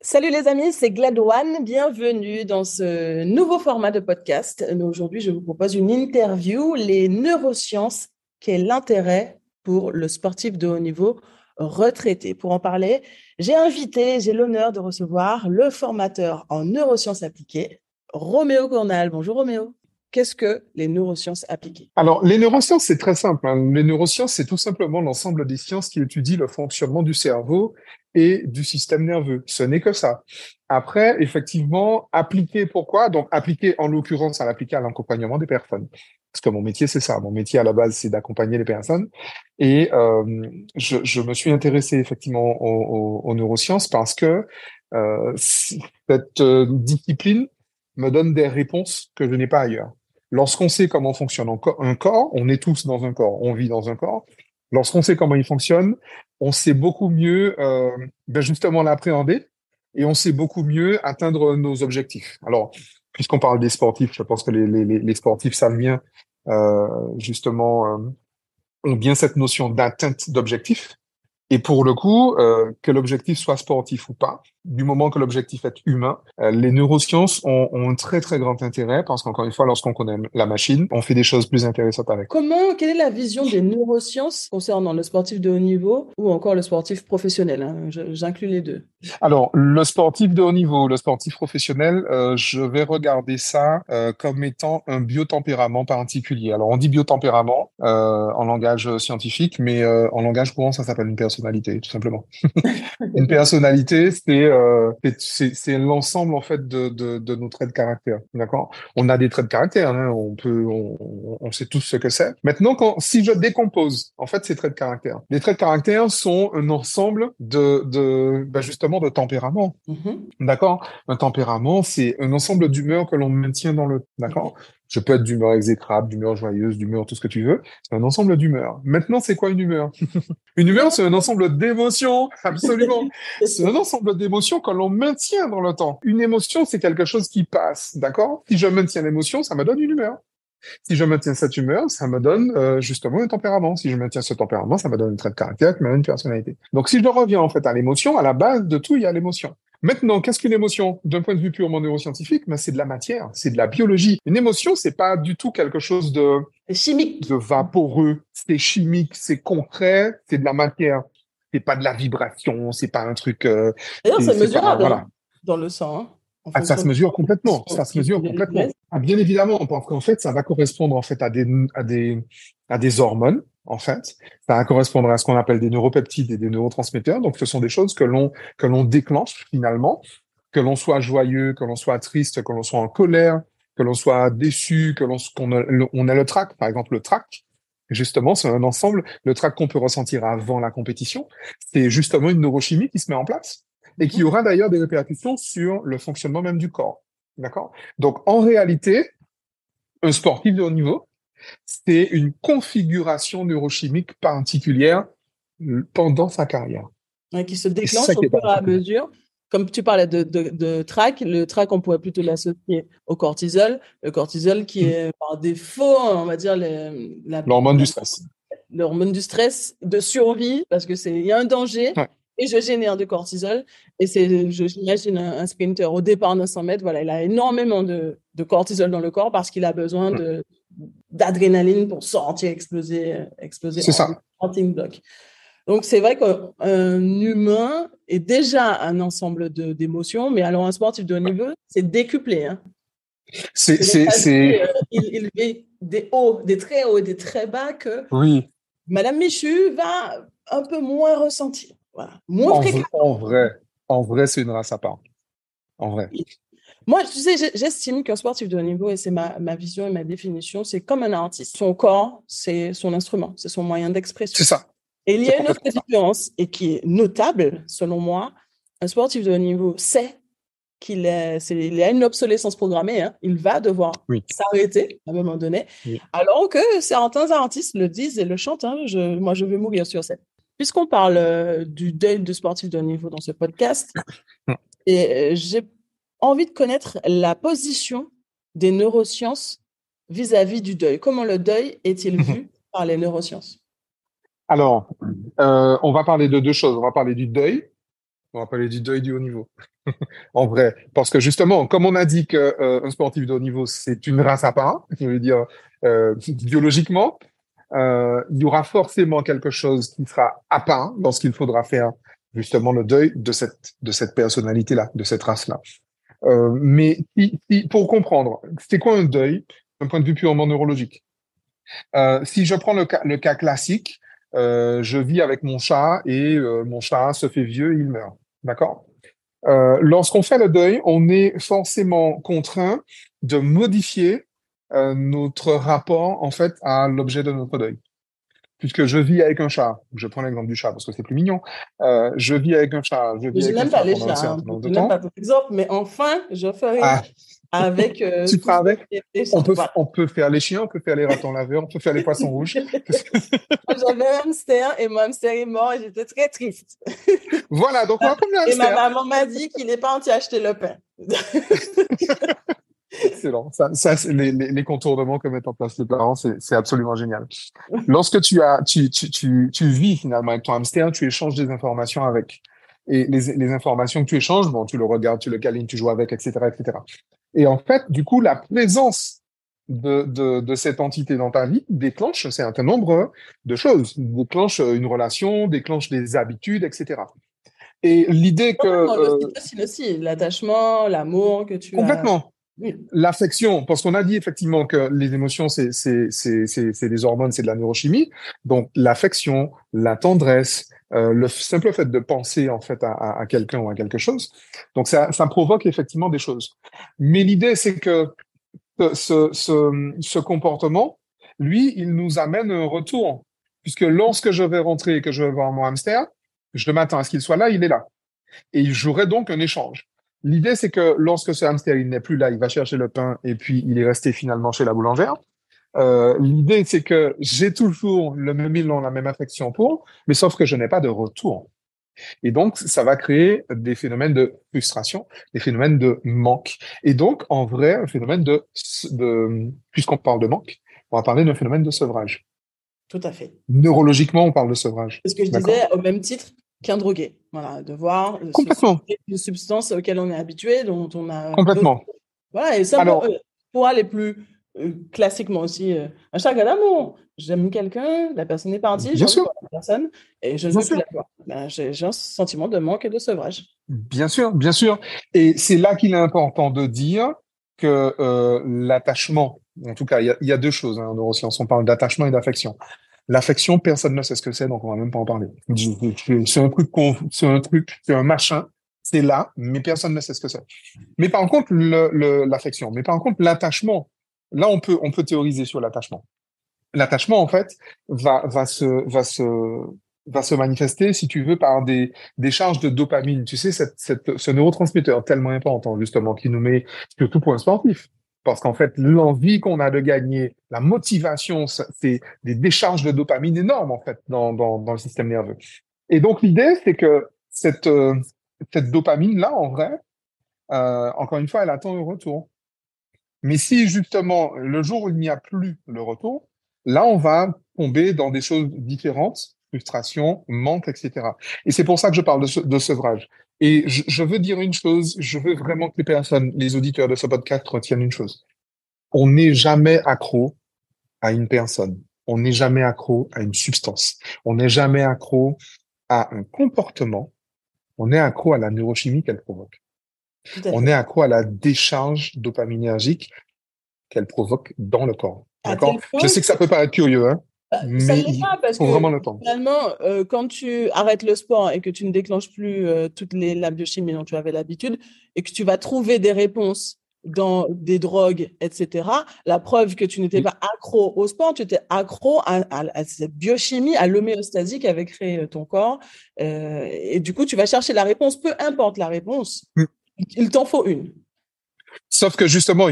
Salut les amis, c'est Gladouane. Bienvenue dans ce nouveau format de podcast. Aujourd'hui, je vous propose une interview, les neurosciences, quel est l'intérêt pour le sportif de haut niveau retraité. Pour en parler, j'ai l'honneur de recevoir le formateur en neurosciences appliquées, Roméo Cornal. Bonjour Roméo. Qu'est-ce que les neurosciences appliquées? Alors, les neurosciences, c'est très simple, hein. Les neurosciences, c'est tout simplement l'ensemble des sciences qui étudient le fonctionnement du cerveau et du système nerveux. Ce n'est que ça. Après, effectivement, appliquer, pourquoi? Donc, appliquer, en l'occurrence, à l'appliquer à l'accompagnement des personnes. Parce que mon métier, c'est ça. Mon métier, à la base, c'est d'accompagner les personnes. Et je me suis intéressé, effectivement, aux neurosciences parce que cette discipline me donne des réponses que je n'ai pas ailleurs. Lorsqu'on sait comment fonctionne un corps, on est tous dans un corps, on vit dans un corps. Lorsqu'on sait comment il fonctionne, on sait beaucoup mieux justement l'appréhender et on sait beaucoup mieux atteindre nos objectifs. Alors, puisqu'on parle des sportifs, je pense que les sportifs savent bien justement ont bien cette notion d'atteinte d'objectifs. Et pour le coup, que l'objectif soit sportif ou pas, du moment que l'objectif est humain, les neurosciences ont un très très grand intérêt parce qu'encore une fois, lorsqu'on connaît la machine, on fait des choses plus intéressantes avec. Quelle est la vision des neurosciences concernant le sportif de haut niveau ou encore le sportif professionnel, hein? J'inclus les deux. Alors, le sportif de haut niveau, le sportif professionnel, je vais regarder ça comme étant un biotempérament particulier. Alors, on dit biotempérament en langage scientifique, mais en langage courant, ça s'appelle une personnalité, tout simplement. Une personnalité, c'est l'ensemble en fait de nos traits de caractère, d'accord? On a des traits de caractère, hein, on sait tous ce que c'est. Maintenant, si je décompose en fait ces traits de caractère, les traits de caractère sont un ensemble justement de tempéraments, Mhm. d'accord? Un tempérament, c'est un ensemble d'humeurs que l'on maintient d'accord? Je peux être d'humeur exécrable, d'humeur joyeuse, d'humeur tout ce que tu veux. C'est un ensemble d'humeurs. Maintenant, c'est quoi une humeur? Une humeur, c'est un ensemble d'émotions, absolument. C'est C'est ça. un ensemble d'émotions que l'on maintient dans le temps. Une émotion, c'est quelque chose qui passe, d'accord? Si je maintiens l'émotion, ça me donne une humeur. Si je maintiens cette humeur, ça me donne justement un tempérament. Si je maintiens ce tempérament, ça me donne un trait de caractère qui me donne une personnalité. Donc, si je reviens en fait à l'émotion, à la base de tout, il y a l'émotion. Maintenant, qu'est-ce qu'une émotion? D'un point de vue purement neuroscientifique, mais c'est de la matière, c'est de la biologie. Une émotion, c'est pas du tout quelque chose C'est chimique. de vaporeux, c'est chimique, c'est concret, c'est de la matière. C'est pas de la vibration, c'est pas un truc, D'ailleurs, c'est c'est pas, mesurable, hein, voilà. dans le sang, hein, en Ah, ça fonction se de mesure complètement, la ça se mesure quantité de complètement. graisse. Ah, bien évidemment, parce qu'en fait, ça va correspondre en fait à des hormones, en fait. Ça va correspondre à ce qu'on appelle des neuropeptides et des neurotransmetteurs. Donc, ce sont des choses que l'on déclenche finalement, que l'on soit joyeux, que l'on soit triste, que l'on soit en colère, que l'on soit déçu, on a le trac, par exemple le trac. Justement, c'est un ensemble. Le trac qu'on peut ressentir avant la compétition, c'est justement une neurochimie qui se met en place et qui Mhm. aura d'ailleurs des répercussions sur le fonctionnement même du corps. D'accord? Donc, en réalité, un sportif de haut niveau, c'est une configuration neurochimique particulière pendant sa carrière. Ouais, qui se Et c'est ça déclenche au qui est fur et à particulier. mesure. Comme tu parlais de TRAC, le TRAC, on pourrait plutôt l'associer au cortisol. Le cortisol qui est par défaut, on va dire, L'hormone du stress. l'hormone du stress, de survie, parce que il y a un danger Ouais. et je génère du cortisol. Et j'imagine un sprinter au départ de 100 mètres, voilà, il a énormément de cortisol dans le corps parce qu'il a besoin d'adrénaline pour sortir, exploser C'est en ça. starting block. Donc, c'est vrai qu'un humain est déjà un ensemble d'émotions, mais alors un sportif de haut niveau, c'est décuplé, hein. C'est, Il vit des hauts, des très hauts et des très bas que oui, Madame Michu va un peu moins ressentir. Voilà. Moins en, fréquemment. en vrai, c'est une race à part. En vrai. Moi, tu sais, j'estime qu'un sportif de haut niveau, et c'est ma vision et ma définition, c'est comme un artiste. Son corps, c'est son instrument, c'est son moyen C'est d'expression. ça. Et il y C'est a une autre complètement ça. différence, et qui est notable, selon moi. Un sportif de haut niveau sait il a une obsolescence programmée, hein. Il va devoir Oui. s'arrêter à un moment donné, Oui. alors que certains artistes le disent et le chantent, hein. Moi, je vais mourir sur scène. Puisqu'on parle du deuil de sportifs de haut niveau dans ce podcast, et j'ai envie de connaître la position des neurosciences vis-à-vis du deuil. Comment le deuil est-il vu par les neurosciences? Alors, on va parler de deux choses. On va parler du deuil. On va parler du deuil du haut niveau. En vrai, parce que justement, comme on a dit que un sportif de haut niveau, c'est une race à part, je veux dire biologiquement, il y aura forcément quelque chose qui sera à part lorsqu'il faudra faire justement le deuil de cette personnalité-là, de cette race-là. Mais pour comprendre, c'est quoi un deuil d'un point de vue purement neurologique? Si je prends le cas classique, je vis avec mon chat et mon chat se fait vieux et il meurt. D'accord? Lorsqu'on fait le deuil, on est forcément contraint de modifier notre rapport en fait à l'objet de notre deuil. Puisque je vis avec un chat, je prends l'exemple du chat parce que c'est plus mignon. Je vis avec un chat, je vis Je avec un n'aime pas chat les pendant un chats, hein, certain donc nombre de je n'aime pas temps. ton exemple, mais enfin, je ferai Ah, avec tu tout feras ce avec? qui est les chats. Voilà. On peut faire les chiens, on peut faire les ratons laveurs, on peut faire les poissons rouges. J'avais un hamster et mon hamster est mort et j'étais très triste. Voilà, donc on va prendre le Et ma hamster. maman m'a dit qu'il n'est pas entier acheter le pain. Excellent. Ça c'est les contournements que mettent en place les parents, c'est absolument génial. Lorsque tu vis finalement avec ton hamster, tu échanges des informations avec. Et les informations que tu échanges, bon, tu le regardes, tu le câlines, tu joues avec, etc., etc. Et en fait, du coup, la présence de cette entité dans ta vie déclenche un certain nombre de choses. Déclenche une relation, déclenche des habitudes, etc. Et l'idée que, Complètement, l'ocytocine aussi, l'attachement, l'amour que tu as. complètement, Oui, l'affection, parce qu'on a dit effectivement que les émotions, c'est des hormones, c'est de la neurochimie. Donc, l'affection, la tendresse, le simple fait de penser en fait à quelqu'un ou à quelque chose. Donc, ça provoque effectivement des choses. Mais l'idée, c'est que ce comportement, lui, il nous amène un retour. Puisque lorsque je vais rentrer et que je vais voir mon hamster, je m'attends à ce qu'il soit là, il est là. Et il jouerait donc un échange. L'idée, c'est que lorsque ce hamster il n'est plus là, il va chercher le pain et puis il est resté finalement chez la boulangère. L'idée, c'est que j'ai toujours le même élan, la même affection pour, mais sauf que je n'ai pas de retour. Et donc, ça va créer des phénomènes de frustration, des phénomènes de manque. Et donc, en vrai, un phénomène puisqu'on parle de manque, on va parler d'un phénomène de sevrage. tout à fait. Neurologiquement, on parle de sevrage. C'est ce que je D'accord? disais au même titre qu'un drogué. Voilà, de voir Complètement, une substance auquel on est habitué, dont on a besoin. complètement. Voilà, et ça, Alors, pour aller plus classiquement aussi, un chagrin d'amour. J'aime quelqu'un, la personne est partie, j'ai bien envie de sûr, voir la personne et je ne bien veux plus sûr. la voir. Ben, j'ai un sentiment de manque et de sevrage. Bien sûr, bien sûr. Et c'est là qu'il est important de dire que l'attachement, en tout cas, il y a deux choses hein, en neurosciences. On parle d'attachement et d'affection. L'affection, personne ne sait ce que c'est, donc on va même pas en parler. C'est un truc, c'est un machin, c'est là, mais personne ne sait ce que c'est. Mais par contre, l'affection, mais par contre, l'attachement, là, on peut théoriser sur l'attachement. L'attachement, en fait, va se manifester, si tu veux, par des charges de dopamine. Tu sais, ce neurotransmetteur tellement important, justement, qui nous met, surtout pour un sportif. Parce qu'en fait, l'envie qu'on a de gagner, la motivation, c'est des décharges de dopamine énormes, en fait, dans le système nerveux. Et donc, l'idée, c'est que cette dopamine-là, en vrai, encore une fois, elle attend un retour. Mais si justement, le jour où il n'y a plus le retour, là, on va tomber dans des choses différentes, frustration, manque, etc. Et c'est pour ça que je parle de sevrage. Et je veux dire une chose, je veux vraiment que les personnes, les auditeurs de ce podcast retiennent une chose. On n'est jamais accro à une personne. On n'est jamais accro à une substance. On n'est jamais accro à un comportement. On est accro à la neurochimie qu'elle provoque. Tout à On est fait. accro à la décharge dopaminergique qu'elle provoque dans le corps. À tel D'accord? Je point sais que ça peut paraître curieux, hein, ça mais ne l'est il pas parce faut que vraiment le temps. finalement, quand tu arrêtes le sport et que tu ne déclenches plus la biochimie dont tu avais l'habitude et que tu vas trouver des réponses dans des drogues, etc., la preuve que tu n'étais Oui, pas accro au sport, tu étais accro à cette biochimie, à l'homéostasie qu'avait créé ton corps. Et du coup, tu vas chercher la réponse, peu importe la réponse, mm. il t'en faut une. Sauf que justement,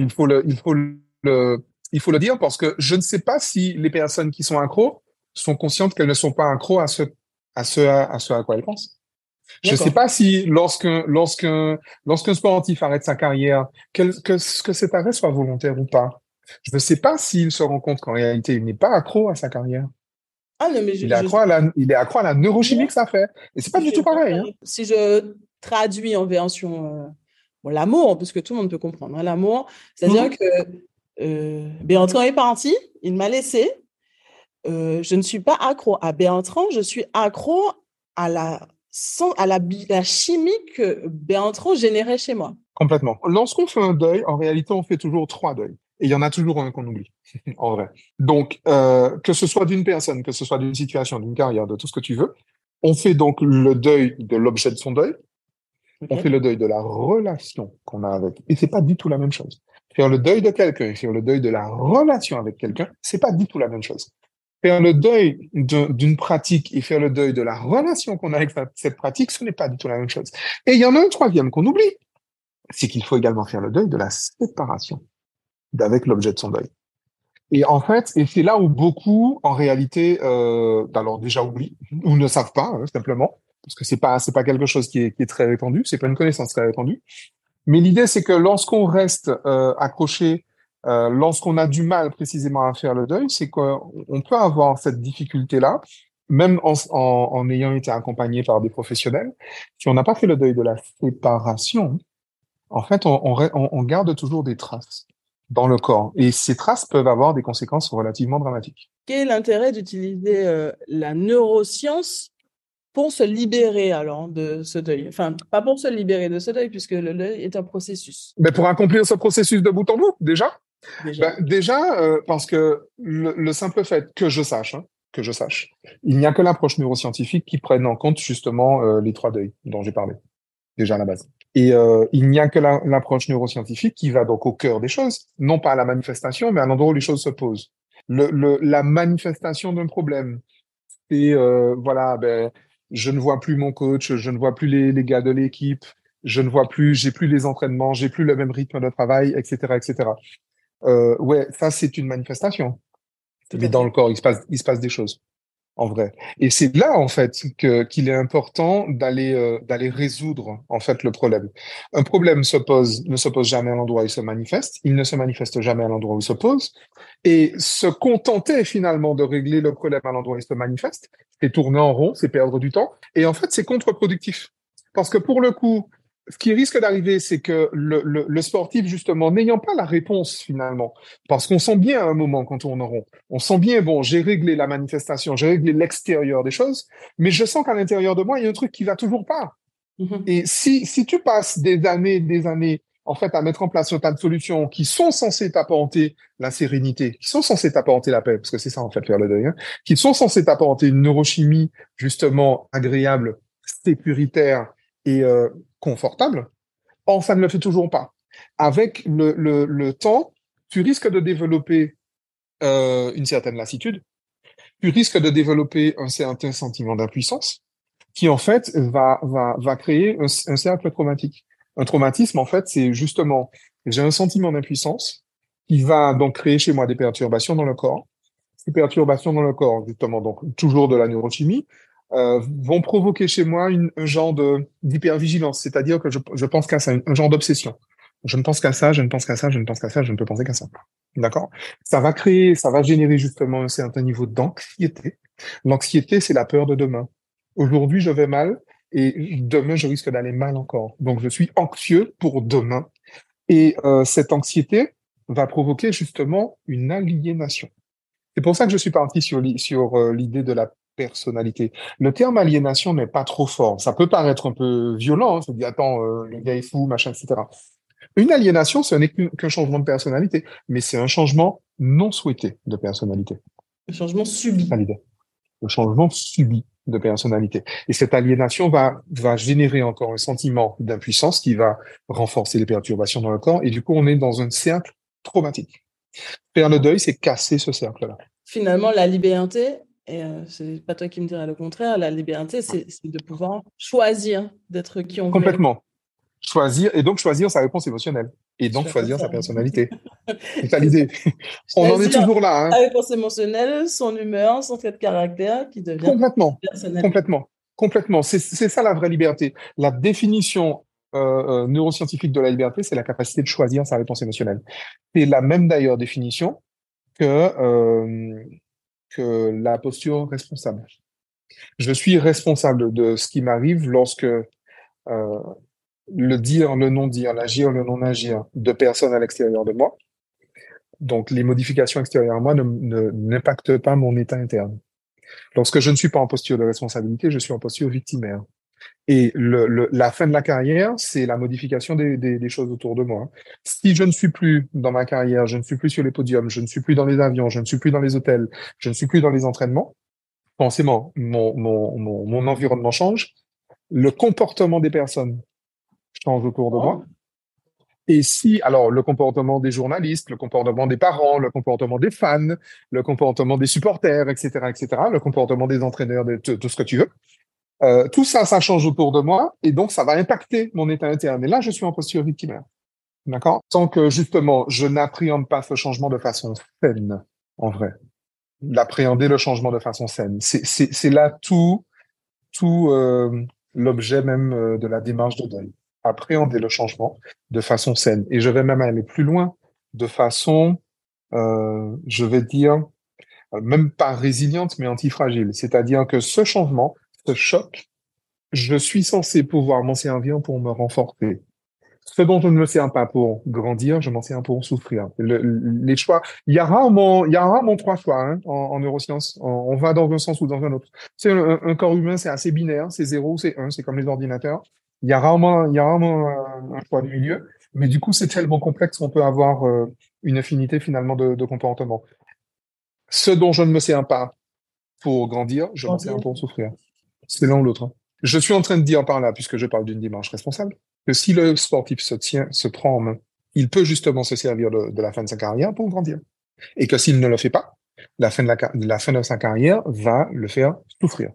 il faut le dire parce que je ne sais pas si les personnes qui sont accros sont conscientes qu'elles ne sont pas accros à ce à quoi elles pensent. Je ne sais D'accord. pas si lorsqu'un sportif arrête sa carrière, que cet arrêt soit volontaire ou pas. Je ne sais pas s'il se rend compte qu'en réalité, il n'est pas accro à sa carrière. Ah non, mais Il est accro à la neurochimie que ça fait. Et c'est pas du tout pareil, hein. si je traduit en version l'amour, parce que tout le monde peut comprendre, hein, l'amour, c'est-à-dire que Bertrand est parti, il m'a laissé. Je ne suis pas accro à Bertrand, je suis accro à la chimie que Bertrand générait chez moi. Complètement. Lorsqu'on fait un deuil, en réalité, on fait toujours 3 deuils. Et il y en a toujours un qu'on oublie, en vrai. Donc, que ce soit d'une personne, que ce soit d'une situation, d'une carrière, de tout ce que tu veux, on fait donc le deuil de l'objet de son deuil, on fait le deuil de la relation qu'on a avec. Et c'est pas du tout la même chose. Faire le deuil de quelqu'un et faire le deuil de la relation avec quelqu'un, c'est pas du tout la même chose. Faire le deuil d'une pratique et faire le deuil de la relation qu'on a avec cette pratique, ce n'est pas du tout la même chose. Et il y en a un troisième qu'on oublie, c'est qu'il faut également faire le deuil de la séparation d'avec l'objet de son deuil. Et en fait, et c'est là où beaucoup, en réalité, alors déjà oublient ou ne savent pas, hein, simplement, parce que c'est pas quelque chose qui est très répandu, c'est pas une connaissance très répandue. Mais l'idée, c'est que lorsqu'on reste accroché, lorsqu'on a du mal précisément à faire le deuil, c'est qu'on peut avoir cette difficulté-là, même en ayant été accompagné par des professionnels. Si on n'a pas fait le deuil de la séparation, en fait, on garde toujours des traces dans le corps. Et ces traces peuvent avoir des conséquences relativement dramatiques. Quel est l'intérêt d'utiliser la neuroscience pour se libérer alors de ce deuil? Enfin, pas pour se libérer de ce deuil, puisque le deuil est un processus. Mais pour accomplir ce processus de bout en bout, déjà, Déjà. parce que le simple fait que je sache, il n'y a que l'approche neuroscientifique qui prenne en compte justement les 3 deuils dont j'ai parlé, déjà à la base. Et il n'y a que l'approche neuroscientifique qui va donc au cœur des choses, non pas à la manifestation, mais à l'endroit où les choses se posent. La manifestation d'un problème, c'est voilà, je ne vois plus mon coach, je ne vois plus les gars de l'équipe, j'ai plus les entraînements, j'ai plus le même rythme de travail, etc., etc. Ouais, ça c'est une manifestation. Tout Mais à dans fait. le corps, il se passe des choses en vrai. Et c'est là, en fait, qu'il est important d'aller résoudre, en fait, le problème. Un problème ne se pose jamais à l'endroit où il se manifeste. Il ne se manifeste jamais à l'endroit où il se pose. Et se contenter, finalement, de régler le problème à l'endroit où il se manifeste, c'est tourner en rond, c'est perdre du temps. Et en fait, c'est contre-productif. Parce que pour le coup, ce qui risque d'arriver, c'est que le sportif, justement, n'ayant pas la réponse, finalement, parce qu'on sent bien à un moment quand on tourne en rond, on sent bien, bon, j'ai réglé la manifestation, j'ai réglé l'extérieur des choses, mais je sens qu'à l'intérieur de moi, il y a un truc qui va toujours pas. Mhm. Et si tu passes des années, en fait, à mettre en place un tas de solutions qui sont censées t'apporter la sérénité, qui sont censées t'apporter la paix, parce que c'est ça, en fait, faire le deuil, hein, qui sont censées t'apporter une neurochimie, justement, agréable, sécuritaire et confortable, or, ça ne le fait toujours pas. Avec le temps, tu risques de développer une certaine lassitude, tu risques de développer un certain sentiment d'impuissance qui, en fait, va créer un cercle traumatique. Un traumatisme, en fait, c'est justement, j'ai un sentiment d'impuissance qui va donc créer chez moi des perturbations dans le corps. Ces perturbations dans le corps, justement, donc toujours de la neurochimie, vont provoquer chez moi un genre d'hypervigilance, c'est-à-dire que je pense qu'à ça, un genre d'obsession. Je ne pense qu'à ça, je ne pense qu'à ça, je ne pense qu'à ça, je ne peux penser qu'à ça. D'accord? Ça va générer justement un certain niveau d'anxiété. L'anxiété, c'est la peur de demain. Aujourd'hui, je vais mal et demain, je risque d'aller mal encore. Donc, je suis anxieux pour demain. Et cette anxiété va provoquer justement une aliénation. C'est pour ça que je suis parti sur l'idée de la personnalité. Le terme aliénation n'est pas trop fort. Ça peut paraître un peu violent. Hein. Ça dit, attends, le gars est fou, machin, etc. Une aliénation, ce n'est qu'un changement de personnalité, mais c'est un changement non souhaité de personnalité. Le changement C'est ça subi. l'idée. Le changement subi de personnalité. Et cette aliénation va générer encore un sentiment d'impuissance qui va renforcer les perturbations dans le corps. Et du coup, on est dans un cercle traumatique. Faire le deuil, c'est casser ce cercle-là. Finalement, la liberté, et c'est pas toi qui me diras le contraire, la liberté, c'est de pouvoir choisir d'être qui on veut être. Complètement. Choisir, et donc choisir sa réponse émotionnelle. Et donc Choisir choisir ça. sa personnalité. C'est ça C'est ça. l'idée. On en est Choisir toujours là, sa hein. réponse émotionnelle, son humeur, son trait de caractère qui devient Complètement. personnalité. Complètement. Complètement. C'est ça la vraie liberté. La définition neuroscientifique de la liberté, c'est la capacité de choisir sa réponse émotionnelle. C'est la même d'ailleurs définition que que la posture responsable. Je suis responsable de ce qui m'arrive lorsque euh, le dire, le non-dire, l'agir, le non-agir de personnes à l'extérieur de moi. Donc, les modifications extérieures à moi n'impactent pas mon état interne. Lorsque je ne suis pas en posture de responsabilité, je suis en posture victimaire. Et la fin de la carrière, c'est la modification des choses autour de moi. Si je ne suis plus dans ma carrière, je ne suis plus sur les podiums, je ne suis plus dans les avions, je ne suis plus dans les hôtels, je ne suis plus dans les entraînements, forcément, mon environnement change, le comportement des personnes change autour de moi. Et si, alors, le comportement des journalistes, le comportement des parents, le comportement des fans, le comportement des supporters, etc., le comportement des entraîneurs, de tout ce que tu veux, tout ça, ça change autour de moi, et donc ça va impacter mon état interne. Et là, je suis en posture victimaire. D'accord? Tant que, justement, je n'appréhende pas ce changement de façon saine, en vrai. L'appréhender le changement de façon saine. C'est là tout l'objet même de la démarche de deuil. Appréhender le changement de façon saine. Et je vais même aller plus loin, de façon, je vais dire, même pas résiliente, mais antifragile. C'est-à-dire que ce changement, ce choc, je suis censé pouvoir m'en servir pour me renforcer. Ce dont je ne me sers pas pour grandir, je m'en sers pour souffrir. Les choix, il y a rarement trois choix hein, en neurosciences. On va dans un sens ou dans un autre. C'est un corps humain, c'est assez binaire, c'est 0 ou c'est 1, c'est comme les ordinateurs. Il y a rarement un choix du milieu. Mais du coup, c'est tellement complexe qu'on peut avoir une affinité finalement de comportement. Ce dont je ne me sers pas pour grandir, je m'en sers pour souffrir. C'est l'un ou l'autre. Hein. Je suis en train de dire par là, puisque je parle d'une démarche responsable, que si le sportif se prend en main, il peut justement se servir de la fin de sa carrière pour grandir. Et que s'il ne le fait pas, la fin de sa carrière va le faire souffrir.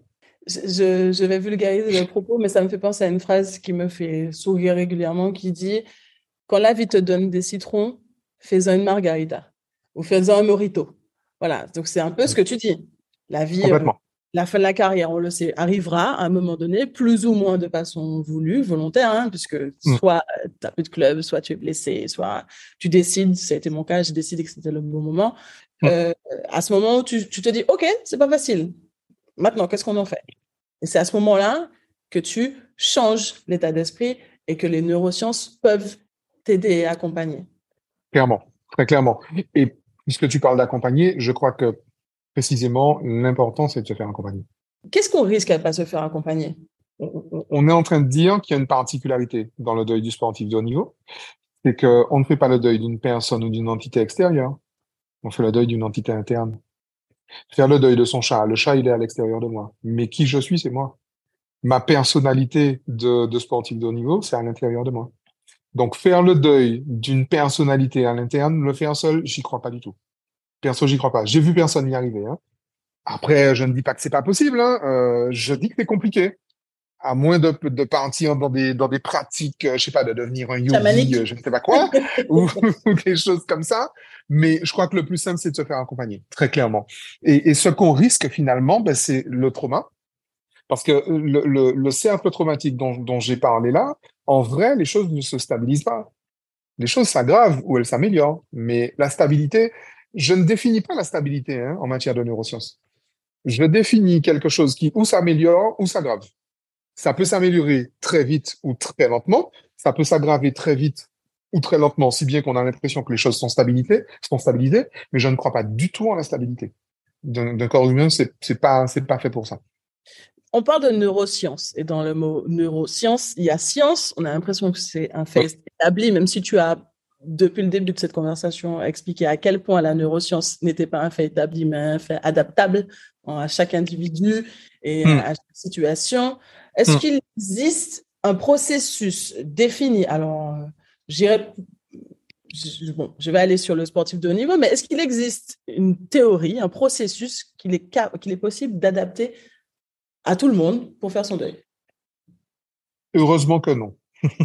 Je vais vulgariser le propos, mais ça me fait penser à une phrase qui me fait sourire régulièrement qui dit: quand la vie te donne des citrons, fais-en une margarita ou fais-en un mojito. Voilà, donc c'est un peu ce que tu dis. La vie, Complètement. la fin de la carrière, on le sait, arrivera à un moment donné, plus ou moins de façon voulue, volontaire, hein, puisque Mm. soit tu n'as plus de club, soit tu es blessé, soit tu décides, ça a été mon cas, j'ai décidé que c'était le bon moment. Mm. Euh, à ce moment où tu te dis, OK, c'est pas facile. Maintenant, qu'est-ce qu'on en fait? Et c'est à ce moment-là que tu changes l'état d'esprit et que les neurosciences peuvent t'aider et accompagner. Clairement. Très clairement. Et puisque tu parles d'accompagner, je crois que précisément, l'important, c'est de se faire accompagner. Qu'est-ce qu'on risque à ne pas se faire accompagner? On est en train de dire qu'il y a une particularité dans le deuil du sportif de haut niveau, c'est qu'on ne fait pas le deuil d'une personne ou d'une entité extérieure, on fait le deuil d'une entité interne. Faire le deuil de son chat, le chat, il est à l'extérieur de moi. Mais qui je suis, c'est moi. Ma personnalité de sportif de haut niveau, c'est à l'intérieur de moi. Donc, faire le deuil d'une personnalité à l'interne, le faire seul, j'y crois pas du tout. Perso, j'y crois pas. J'ai vu personne y arriver. Hein. Après, je ne dis pas que c'est pas possible. Hein. Je dis que c'est compliqué. À moins de partir dans des pratiques, je sais pas, de devenir un yogi, Chamanique. je ne sais pas quoi, ou des choses comme ça. Mais je crois que le plus simple, c'est de se faire accompagner, très clairement. Et ce qu'on risque finalement, ben, c'est le trauma. Parce que le cercle traumatique dont j'ai parlé là, en vrai, les choses ne se stabilisent pas. Les choses s'aggravent ou elles s'améliorent. Mais la stabilité, je ne définis pas la stabilité hein, en matière de neurosciences. Je définis quelque chose qui ou s'améliore ou s'aggrave. Ça peut s'améliorer très vite ou très lentement. Ça peut s'aggraver très vite ou très lentement, si bien qu'on a l'impression que les choses sont stabilisées, mais je ne crois pas du tout en la stabilité. D'un corps humain, c'est pas fait pour ça. On parle de neurosciences et dans le mot neurosciences, il y a science. On a l'impression que c'est un Oui, fait établi, même si tu as, depuis le début de cette conversation, expliqué à quel point la neuroscience n'était pas un fait établi, mais un fait adaptable à chaque individu et hmm, à chaque situation. Est-ce hmm. qu'il existe un processus défini? Alors, j'irai bon, je vais aller sur le sportif de haut niveau, mais est-ce qu'il existe une théorie, un processus qu'il est possible d'adapter à tout le monde pour faire son deuil? Heureusement que non.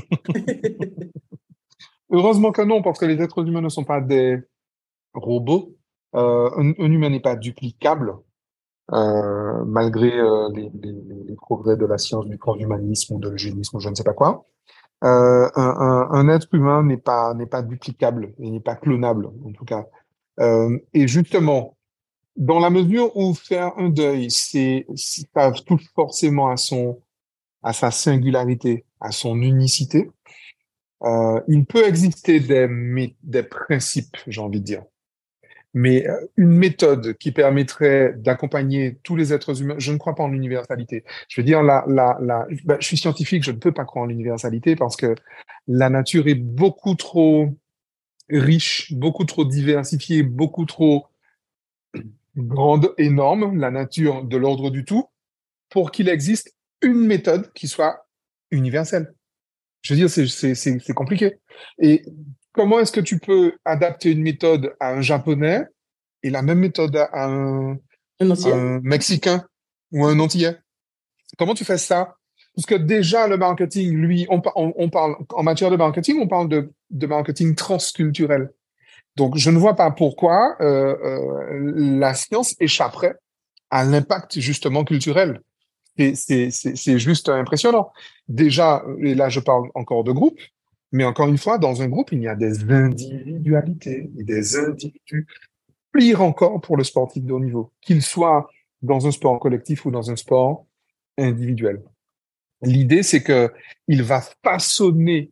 Heureusement que non, parce que les êtres humains ne sont pas des robots. Un humain n'est pas duplicable, malgré les progrès de la science, du transhumanisme ou de l'eugénisme ou je ne sais pas quoi. Un être humain n'est pas duplicable et n'est pas clonable, en tout cas. Et justement, dans la mesure où faire un deuil, ça touche forcément à sa singularité, à son unicité. Il peut exister des principes, j'ai envie de dire. Mais une méthode qui permettrait d'accompagner tous les êtres humains, je ne crois pas en l'universalité. Je veux dire, je suis scientifique, je ne peux pas croire en l'universalité parce que la nature est beaucoup trop riche, beaucoup trop diversifiée, beaucoup trop grande, énorme, la nature de l'ordre du tout, pour qu'il existe une méthode qui soit universelle. Je veux dire, c'est compliqué. Et comment est-ce que tu peux adapter une méthode à un Japonais et la même méthode à Un ancien? un Mexicain ou à un Antillais? Comment tu fais ça? Parce que déjà, le marketing, lui, on parle, en matière de marketing, on parle de marketing transculturel. Donc, je ne vois pas pourquoi la science échapperait à l'impact justement culturel. C'est juste impressionnant. Déjà, et là je parle encore de groupe, mais encore une fois, dans un groupe, il y a des individualités et des individus. Pire encore pour le sportif de haut niveau, qu'il soit dans un sport collectif ou dans un sport individuel. L'idée, c'est que il va façonner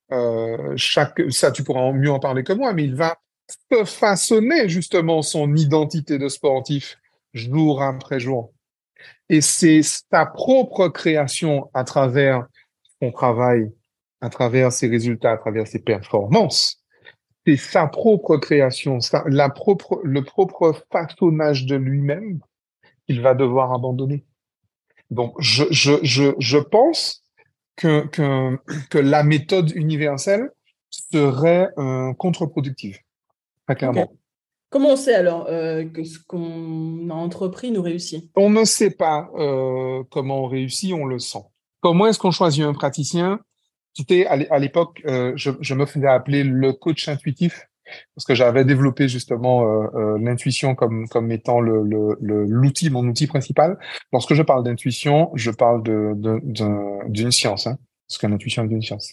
ça tu pourras mieux en parler que moi, mais il va se façonner justement son identité de sportif jour après jour. Et c'est sa propre création à travers son travail, à travers ses résultats, à travers ses performances. C'est sa propre création, le propre façonnage de lui-même qu'il va devoir abandonner. Donc, je pense que la méthode universelle serait contre-productive, très Ok. clairement. Comment on sait alors que ce qu'on a entrepris nous réussit? On ne sait pas comment on réussit, on le sent. Comment est-ce qu'on choisit un praticien? C'était à l'époque, je me faisais appeler le coach intuitif parce que j'avais développé justement l'intuition comme étant l'outil, mon outil principal. Lorsque je parle d'intuition, je parle d'une science, hein, parce que l'intuition est une science.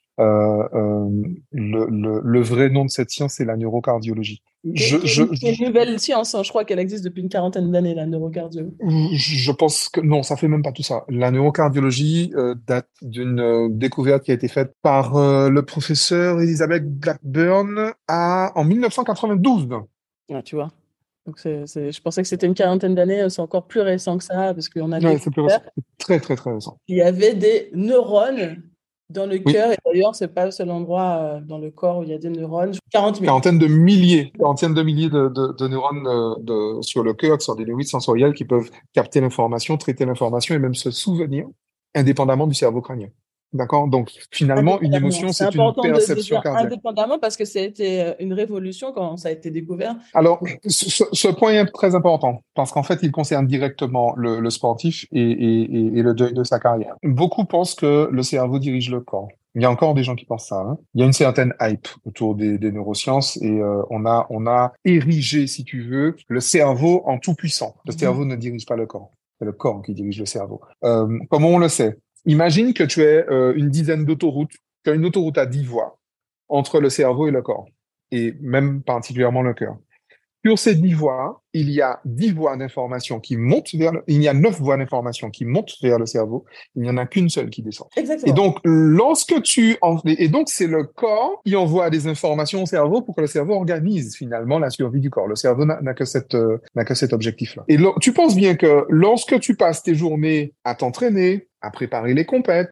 Le vrai nom de cette science, c'est la neurocardiologie. Qui est une nouvelle science, hein. Je crois qu'elle existe depuis une quarantaine d'années, la neurocardio. Je pense que non, ça fait même pas tout ça. La neurocardiologie date d'une découverte qui a été faite par le professeur Elizabeth Blackburn en 1992. Ah, tu vois. Donc je pensais que c'était une quarantaine d'années, c'est encore plus récent que ça, parce qu'on a Ouais, c'est plus récent. découvert C'est très, très, très récent. qu'il y avait des neurones dans le Oui, cœur, et d'ailleurs, c'est pas le seul endroit dans le corps où il y a des neurones. 40 000. quarantaine de milliers de neurones sur le cœur, qui sont des neurones sensoriels qui peuvent capter l'information, traiter l'information et même se souvenir indépendamment du cerveau crânien. D'accord? Donc, finalement, une Indépendamment. émotion, C'est c'est une important de perception dire cardiaque. indépendamment parce que c'était une révolution quand ça a été découvert. Alors, ce point est très important parce qu'en fait, il concerne directement le sportif et le deuil de sa carrière. Beaucoup pensent que le cerveau dirige le corps. Il y a encore des gens qui pensent ça, hein. Il y a une certaine hype autour des neurosciences et on a érigé, si tu veux, le cerveau en tout puissant. Le cerveau ne dirige pas le corps. C'est le corps qui dirige le cerveau. Comment on le sait? Imagine que tu aies une dizaine d'autoroutes, tu as une autoroute à 10 voies entre le cerveau et le corps, et même particulièrement le cœur. Sur ces 10 voies, il y a 10 voies d'information qui montent il y a 9 voies d'information qui montent vers le cerveau. Il n'y en a qu'une seule qui descend. Et Exactement. donc, et donc, c'est le corps qui envoie des informations au cerveau pour que le cerveau organise finalement la survie du corps. Le cerveau n'a que cet objectif-là. Et tu penses bien que lorsque tu passes tes journées à t'entraîner, à préparer les compètes,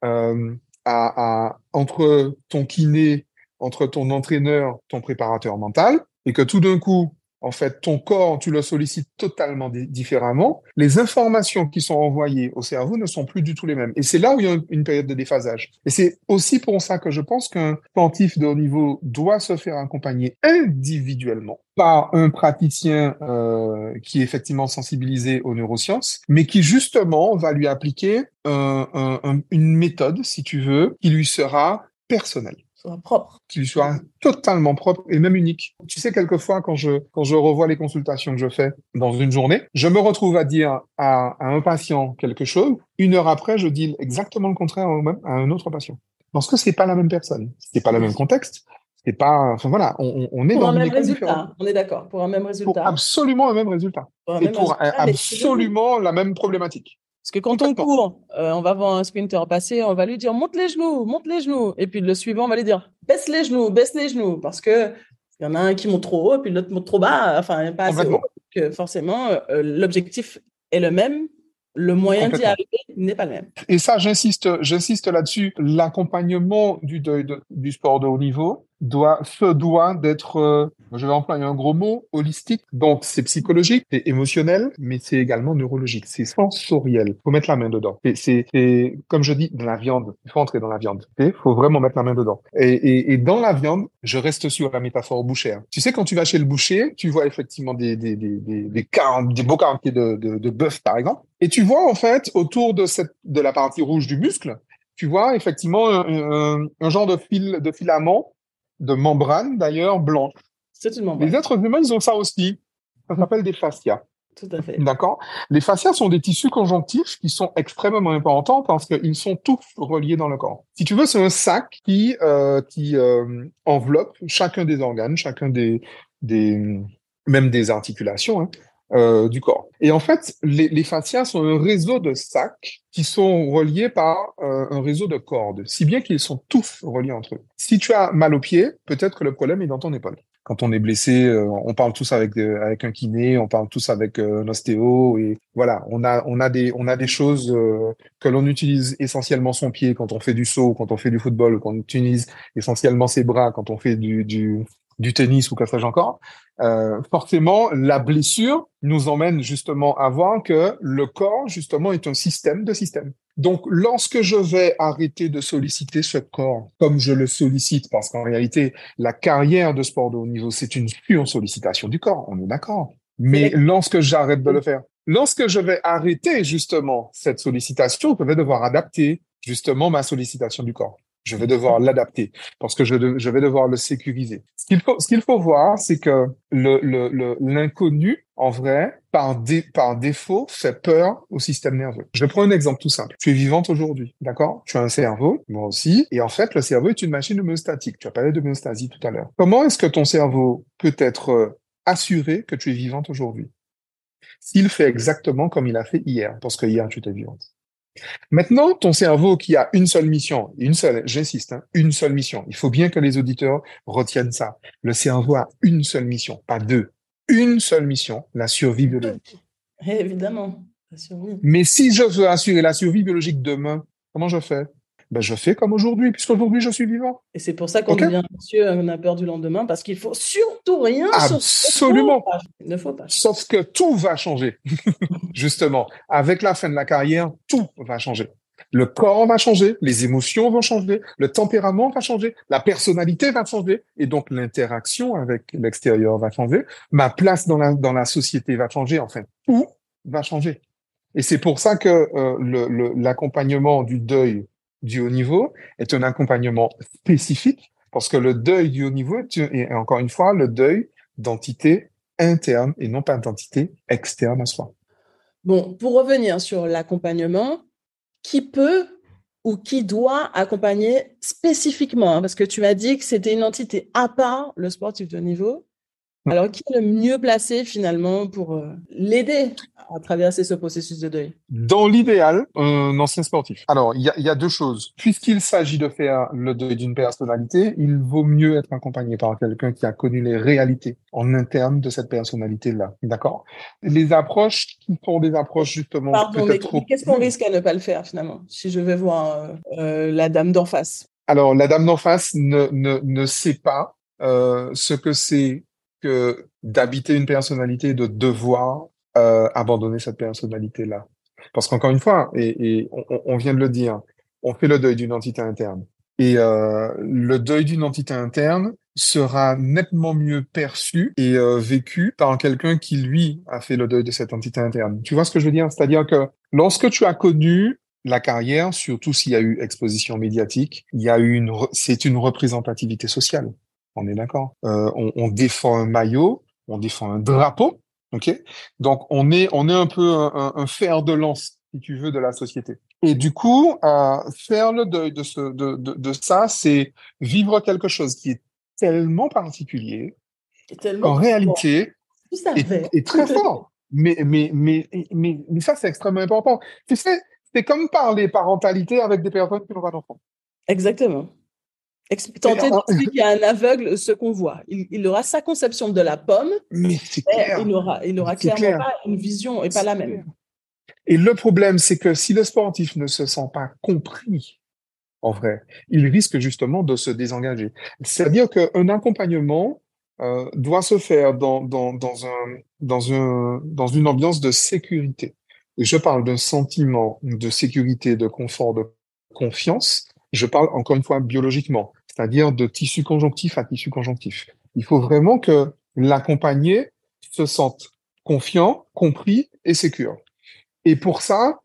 entre ton kiné, entre ton entraîneur, ton préparateur mental, et que tout d'un coup, en fait, ton corps, tu le sollicites totalement différemment, les informations qui sont envoyées au cerveau ne sont plus du tout les mêmes. Et c'est là où il y a une période de déphasage. Et c'est aussi pour ça que je pense qu'un sportif de haut niveau doit se faire accompagner individuellement par un praticien qui est effectivement sensibilisé aux neurosciences, mais qui justement va lui appliquer une méthode, si tu veux, qui lui sera personnelle, Soit propre. qui lui soit totalement propre et même unique. Tu sais, quelquefois, quand je revois les consultations que je fais dans une journée, je me retrouve à dire à un patient quelque chose. Une heure après, je dis exactement le contraire à un autre patient. Parce que c'est pas la même personne. C'est pas le même contexte. C'est pas, enfin voilà, on est Pour dans un une même école différente. résultat, on est d'accord. Pour un même Pour résultat. absolument le même résultat. Pour un Et même pour résultat, mais absolument la même problématique. Parce que quand on court, on va voir un sprinter passer, on va lui dire monte les genoux, monte les genoux. Et puis le suivant, on va lui dire baisse les genoux, baisse les genoux. Parce que il y en a un qui monte trop haut et puis l'autre monte trop bas, enfin pas assez haut. Complètement. Donc, forcément, l'objectif est le même, le moyen d'y Complètement. arriver n'est pas le même. Et ça, j'insiste là-dessus. L'accompagnement du deuil du sport de haut niveau se doit d'être, je vais employer un gros mot, holistique. Donc, c'est psychologique, c'est émotionnel, mais c'est également neurologique. C'est sensoriel. Faut mettre la main dedans. C'est, comme je dis, dans la viande. Il faut entrer dans la viande. Il faut vraiment mettre la main dedans. Et dans la viande, je reste sur la métaphore bouchère. Tu sais, quand tu vas chez le boucher, tu vois effectivement des beaux quartiers de bœuf, par exemple. Et tu vois, en fait, autour de la partie rouge du muscle, tu vois effectivement un genre de filament, de membrane d'ailleurs, blanche. C'est une Les membrane. êtres humains, ils ont ça aussi. Ça s'appelle des fascias. Tout à fait. D'accord? Les fascias sont des tissus conjonctifs qui sont extrêmement importants parce qu'ils sont tous reliés dans le corps. Si tu veux, c'est un sac qui enveloppe chacun des organes, des même des articulations, hein, du corps. Et en fait, les fascias sont un réseau de sacs qui sont reliés par un réseau de cordes, si bien qu'ils sont tous reliés entre eux. Si tu as mal au pied, peut-être que le problème est dans ton épaule. Quand on est blessé, on parle tous avec un kiné, on parle tous avec un ostéo, et voilà, on a des choses que l'on utilise essentiellement son pied quand on fait du saut, quand on fait du football, quand on utilise essentiellement ses bras quand on fait du tennis ou que sais-je encore. Forcément, la blessure nous emmène justement à voir que le corps, justement, est un système de systèmes. Donc, lorsque je vais arrêter de solliciter ce corps comme je le sollicite, parce qu'en réalité, la carrière de sport de haut niveau, c'est une pure sollicitation du corps, on est d'accord. C'est Mais lorsque j'arrête de le faire, lorsque je vais arrêter justement cette sollicitation, je vais devoir adapter justement ma sollicitation du corps. Je vais devoir l'adapter parce que je vais devoir le sécuriser. Ce qu'il faut voir, c'est que l'inconnu, en vrai, par défaut, fait peur au système nerveux. Je prends un exemple tout simple. Tu es vivante aujourd'hui, d'accord? Tu as un cerveau, moi aussi, et en fait, le cerveau est une machine homéostatique. Tu as parlé d'homéostasie tout à l'heure. Comment est-ce que ton cerveau peut être assuré que tu es vivante aujourd'hui? S'il fait exactement comme il a fait hier, parce que hier, tu étais vivante. Maintenant, ton cerveau qui a une seule mission, une seule, j'insiste, hein, une seule mission. Il faut bien que les auditeurs retiennent ça. Le cerveau a une seule mission, pas deux. Une seule mission, la survie biologique. Évidemment, la survie. Mais si je veux assurer la survie biologique demain, comment je fais? Ben, je fais comme aujourd'hui, puisqu'aujourd'hui, je suis vivant. Et c'est pour ça qu'on OK? devient anxieux, on a peur du lendemain, parce qu'il faut surtout rien sauver. Absolument. Il ne faut pas. Sauf que tout va changer. Justement, avec la fin de la carrière, tout va changer. Le corps va changer, les émotions vont changer, le tempérament va changer, la personnalité va changer, et donc l'interaction avec l'extérieur va changer, ma place dans la société va changer, enfin, tout va changer. Et c'est pour ça que l'accompagnement du deuil du haut niveau est un accompagnement spécifique, parce que le deuil du haut niveau est encore une fois le deuil d'entité interne et non pas d'entité externe à soi. Bon, pour revenir sur l'accompagnement, qui peut ou qui doit accompagner spécifiquement, hein, parce que tu m'as dit que c'était une entité à part, le sportif de haut niveau. Alors, qui est le mieux placé finalement pour l'aider à traverser ce processus de deuil? Dans l'idéal, un ancien sportif. Alors, il y a deux choses. Puisqu'il s'agit de faire le deuil d'une personnalité, il vaut mieux être accompagné par quelqu'un qui a connu les réalités en interne de cette personnalité-là. D'accord? Les approches qui sont des approches justement Pardon, mais peut-être trop... qu'est-ce qu'on risque à ne pas le faire finalement, si je vais voir la dame d'en face? Alors, la dame d'en face ne sait pas ce que c'est que d'habiter une personnalité et de devoir abandonner cette personnalité-là. Parce qu'encore une fois, et on vient de le dire, on fait le deuil d'une entité interne. Et le deuil d'une entité interne sera nettement mieux perçu et vécu par quelqu'un qui, lui, a fait le deuil de cette entité interne. Tu vois ce que je veux dire? C'est-à-dire que lorsque tu as connu la carrière, surtout s'il y a eu exposition médiatique, c'est une représentativité sociale. On est d'accord. On défend un maillot, on défend un drapeau, ok? Donc on est un peu un fer de lance, si tu veux, de la société. Et du coup, faire le deuil de ça, c'est vivre quelque chose qui est tellement particulier C'est tellement qu'en profond. réalité Tu savais. est très fort. Mais ça, c'est extrêmement important. Tu sais, c'est comme parler parentalité avec des personnes qui n'ont pas d'enfants. Exactement. Mais, Tenter d'expliquer à un aveugle ce qu'on voit. Il aura sa conception de la pomme, mais c'est mais clair, il n'aura c'est clairement clair, pas une vision et pas c'est la clair. même. Et le problème, c'est que si le sportif ne se sent pas compris, en vrai, il risque justement de se désengager. C'est-à-dire qu'un accompagnement doit se faire dans une ambiance de sécurité. Et je parle d'un sentiment de sécurité, de confort, de confiance. Je parle encore une fois biologiquement, c'est-à-dire de tissu conjonctif à tissu conjonctif. Il faut vraiment que l'accompagné se sente confiant, compris et sécure. Et pour ça,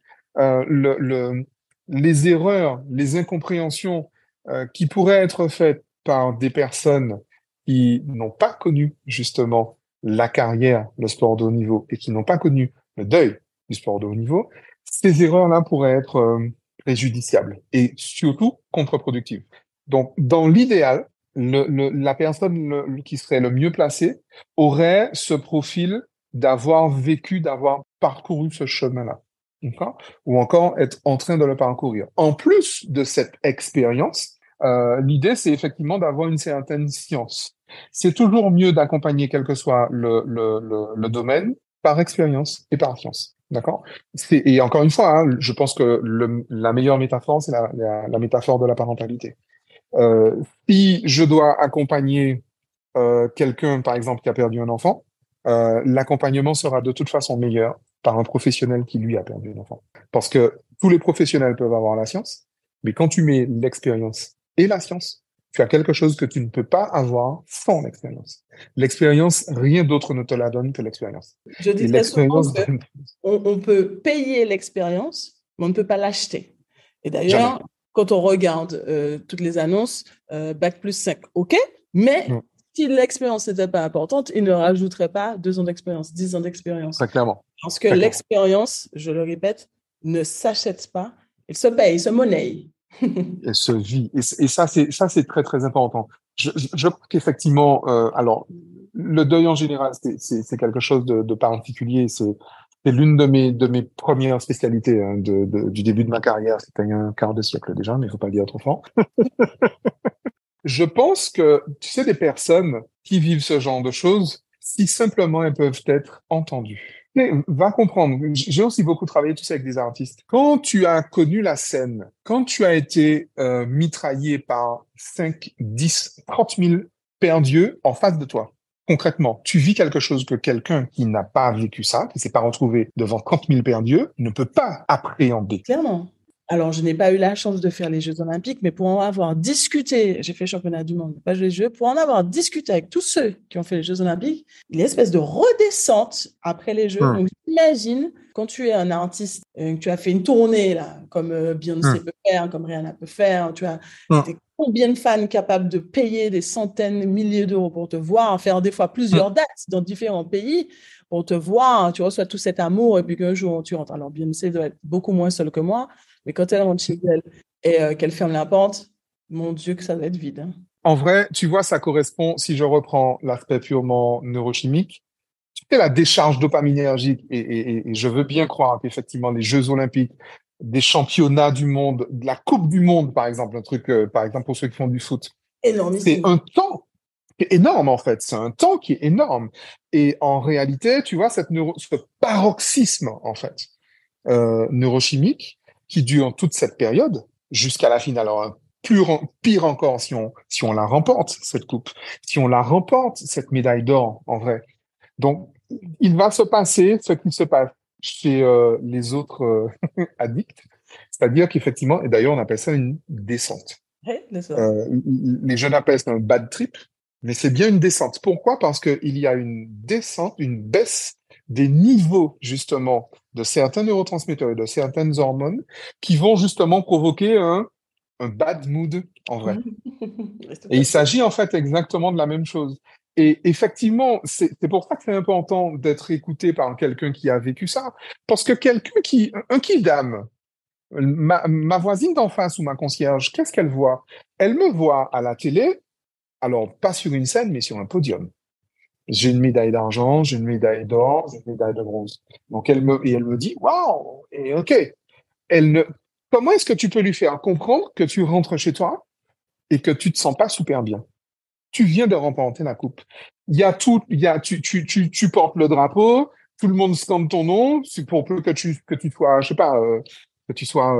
les erreurs, les incompréhensions qui pourraient être faites par des personnes qui n'ont pas connu justement la carrière, le sport de haut niveau, et qui n'ont pas connu le deuil du sport de haut niveau, ces erreurs-là pourraient être préjudiciables et surtout contre-productives. Donc, dans l'idéal, la personne qui serait le mieux placée aurait ce profil d'avoir vécu, d'avoir parcouru ce chemin-là, d'accord? Ou encore être en train de le parcourir. En plus de cette expérience, l'idée, c'est effectivement d'avoir une certaine science. C'est toujours mieux d'accompagner quel que soit le domaine par expérience et par science. D'accord? Et encore une fois, hein, je pense que la meilleure métaphore, c'est la métaphore de la parentalité. Euh, Si je dois accompagner quelqu'un, par exemple, qui a perdu un enfant, l'accompagnement sera de toute façon meilleur par un professionnel qui, lui, a perdu un enfant. Parce que tous les professionnels peuvent avoir la science, mais quand tu mets l'expérience et la science, tu as quelque chose que tu ne peux pas avoir sans l'expérience. L'expérience, rien d'autre ne te la donne que l'expérience. Je dis Et très souvent l'expérience donne on peut payer l'expérience, mais on ne peut pas l'acheter. Et jamais. d'ailleurs, quand on regarde toutes les annonces, Bac plus 5, OK, mais Non, si l'expérience n'était pas importante, il ne rajouterait pas 2 ans d'expérience, 10 ans d'expérience. très clairement. Parce que Très clairement. l'expérience, je le répète, ne s'achète pas, elle se paye, elle se monnaie. Elle se vit. Et ça, c'est très, très important. Je crois qu'effectivement, alors, le deuil en général, c'est quelque chose de particulier. C'est l'une de mes premières spécialités hein, du début de ma carrière. C'était il y a un quart de siècle déjà, mais il faut pas le dire trop fort. Je pense que, tu sais, des personnes qui vivent ce genre de choses, si simplement elles peuvent être entendues. Mais va comprendre, j'ai aussi beaucoup travaillé, tu sais, avec des artistes. Quand tu as connu la scène, quand tu as été mitraillé par 5, 10, 30 000 perdus en face de toi, concrètement, tu vis quelque chose que quelqu'un qui n'a pas vécu ça, qui s'est pas retrouvé devant 30 000 perdus, ne peut pas appréhender. Clairement. Alors, je n'ai pas eu la chance de faire les Jeux Olympiques, mais pour en avoir discuté, j'ai fait championnat du monde, pas les Jeux, pour en avoir discuté avec tous ceux qui ont fait les Jeux Olympiques, il y a une espèce de redescente après les Jeux. Hum, Donc, imagine quand tu es un artiste, que tu as fait une tournée, là, comme Beyoncé hum, peut faire, comme Rihanna peut faire, tu as hum, des combien de fans capables de payer des centaines, milliers d'euros pour te voir, faire des fois hum. plusieurs dates dans différents pays pour te voir, tu reçois tout cet amour et puis qu'un jour tu rentres. Alors Beyoncé doit être beaucoup moins seule que moi, mais quand elle rentre chez elle et qu'elle ferme la porte, mon Dieu, que ça va être vide. Hein. En vrai, tu vois, ça correspond, si je reprends l'aspect purement neurochimique, tu sais, la décharge dopaminergique, et je veux bien croire qu'effectivement, les Jeux Olympiques, des championnats du monde, de la Coupe du Monde, par exemple, un truc, par exemple, pour ceux qui font du foot, c'est Énormissime. un temps qui est énorme, en fait. C'est un temps qui est énorme. Et en réalité, tu vois, ce paroxysme, en fait, neurochimique, qui dure toute cette période, jusqu'à la finale. Alors, pire encore si on la remporte, cette coupe, si on la remporte, cette médaille d'or, en vrai. Donc, il va se passer ce qui se passe chez les autres addicts, c'est-à-dire qu'effectivement, et d'ailleurs on appelle ça une descente. Ouais, c'est ça. Les jeunes appellent ça un bad trip, mais c'est bien une descente. Pourquoi? Parce qu'il y a une descente, une baisse des niveaux justement de certains neurotransmetteurs et de certaines hormones qui vont justement provoquer un bad mood en vrai. Ouais, tout Et à il fait. s'agit en fait exactement de la même chose. Et effectivement, c'est pour ça que c'est important d'être écouté par quelqu'un qui a vécu ça. Parce que un kidam, ma voisine d'en face ou ma concierge, qu'est-ce qu'elle voit? Elle me voit à la télé, alors pas sur une scène, mais sur un podium. J'ai une médaille d'argent, j'ai une médaille d'or, j'ai une médaille de bronze. Donc elle me dit, waouh, et ok. Elle ne, comment est-ce que tu peux lui faire comprendre que tu rentres chez toi et que tu te sens pas super bien? Tu viens de remporter la coupe. Tu portes le drapeau, tout le monde scande ton nom, c'est pour peu que tu sois, je sais pas, que tu sois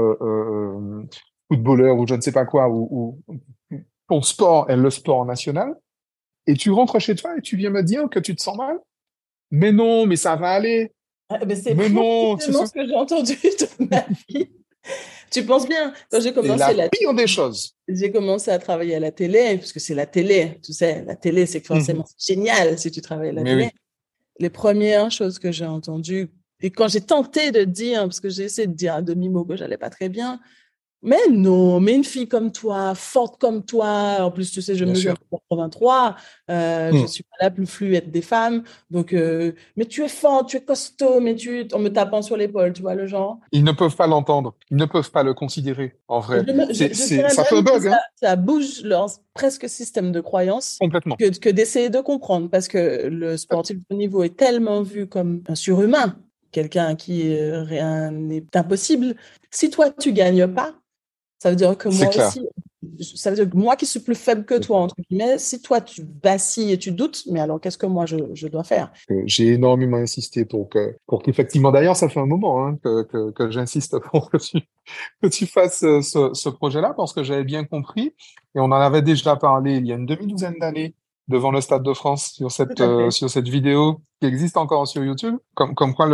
footballeur ou je ne sais pas quoi, ou ton sport est le sport national, et tu rentres chez toi et tu viens me dire que tu te sens mal? Mais non, mais ça va aller. Ah, mais c'est Mais non, précisément ce que j'ai entendu de ma vie. Tu penses bien, quand c'est la pire des choses. j'ai commencé à travailler à la télé, puisque c'est la télé, tu sais, la télé, c'est que Mhm. forcément c'est génial si tu travailles à la Mais télé. oui, Les premières choses que j'ai entendues, et quand j'ai tenté de dire, parce que j'ai essayé de dire à demi-mot que j'allais pas très bien, mais non, mais une fille comme toi, forte comme toi, en plus, tu sais, je bien mesure sûr. 1,83 je Hmm. suis pas la plus fluette des femmes, donc, mais tu es forte, tu es costaud, en me tapant sur l'épaule, tu vois le genre. Ils ne peuvent pas l'entendre. Ils ne peuvent pas le considérer, en vrai. Je dirais Ça fait même que bug, hein? ça bouge leur presque système de croyance Complètement. que d'essayer de comprendre, parce que le sportif de haut niveau est tellement vu comme un surhumain, quelqu'un à qui rien n'est impossible. Si toi, tu gagnes pas, ça veut dire que C'est moi clair. aussi, ça veut dire que moi qui suis plus faible que toi, entre guillemets, si toi tu vacilles et tu doutes, mais alors qu'est-ce que moi je dois faire? J'ai énormément insisté pour qu'effectivement, d'ailleurs, ça fait un moment hein, que j'insiste pour que tu fasses ce projet-là, parce que j'avais bien compris, et on en avait déjà parlé il y a une demi-douzaine d'années devant le Stade de France Tout à fait. sur cette vidéo qui existe encore sur YouTube, comme quoi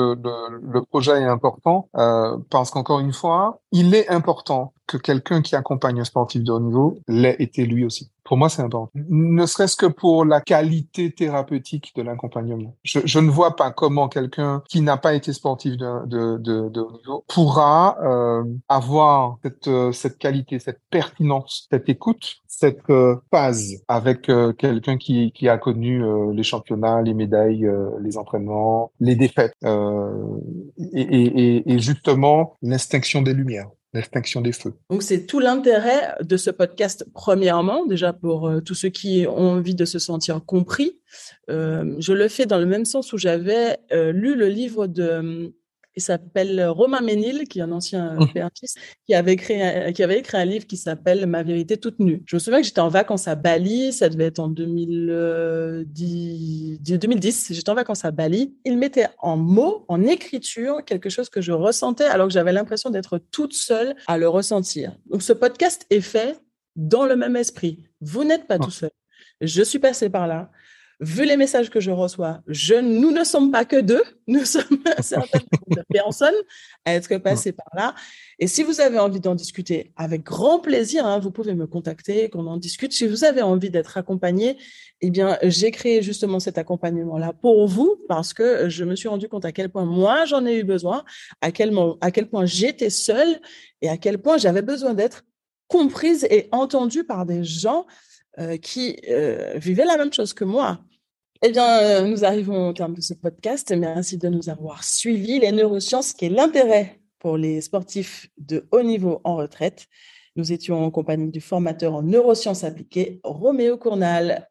le projet est important, parce qu'encore une fois, il est important que quelqu'un qui accompagne un sportif de haut niveau l'ait été lui aussi. Pour moi, c'est important. Ne serait-ce que pour la qualité thérapeutique de l'accompagnement. Je ne vois pas comment quelqu'un qui n'a pas été sportif de haut niveau pourra avoir cette qualité, cette pertinence, cette écoute, cette phase avec quelqu'un qui a connu les championnats, les médailles, les entraînements, les défaites, et justement l'extinction des lumières, l'extinction des feux. Donc, c'est tout l'intérêt de ce podcast, premièrement, déjà pour tous ceux qui ont envie de se sentir compris. Je le fais dans le même sens où j'avais lu le livre il s'appelle Romain Ménil, qui est un ancien pératiste, qui avait écrit un livre qui s'appelle Ma vérité toute nue. Je me souviens que j'étais en vacances à Bali, ça devait être en 2010, j'étais en vacances à Bali. Il mettait en mots, en écriture, quelque chose que je ressentais alors que j'avais l'impression d'être toute seule à le ressentir. Donc ce podcast est fait dans le même esprit. Vous n'êtes pas tout seul. Je suis passée par là. Vu les messages que je reçois, nous ne sommes pas que deux, nous sommes un certain nombre de personnes à être passées par là. Et si vous avez envie d'en discuter, avec grand plaisir, hein, vous pouvez me contacter, qu'on en discute. Si vous avez envie d'être accompagné, eh bien, j'ai créé justement cet accompagnement-là pour vous parce que je me suis rendu compte à quel point moi j'en ai eu besoin, à quel point j'étais seule et à quel point j'avais besoin d'être comprise et entendue par des gens qui vivaient la même chose que moi. Eh bien, nous arrivons au terme de ce podcast. Merci de nous avoir suivis. Les neurosciences, qui est l'intérêt pour les sportifs de haut niveau en retraite. Nous étions en compagnie du formateur en neurosciences appliquées, Roméo Cournal.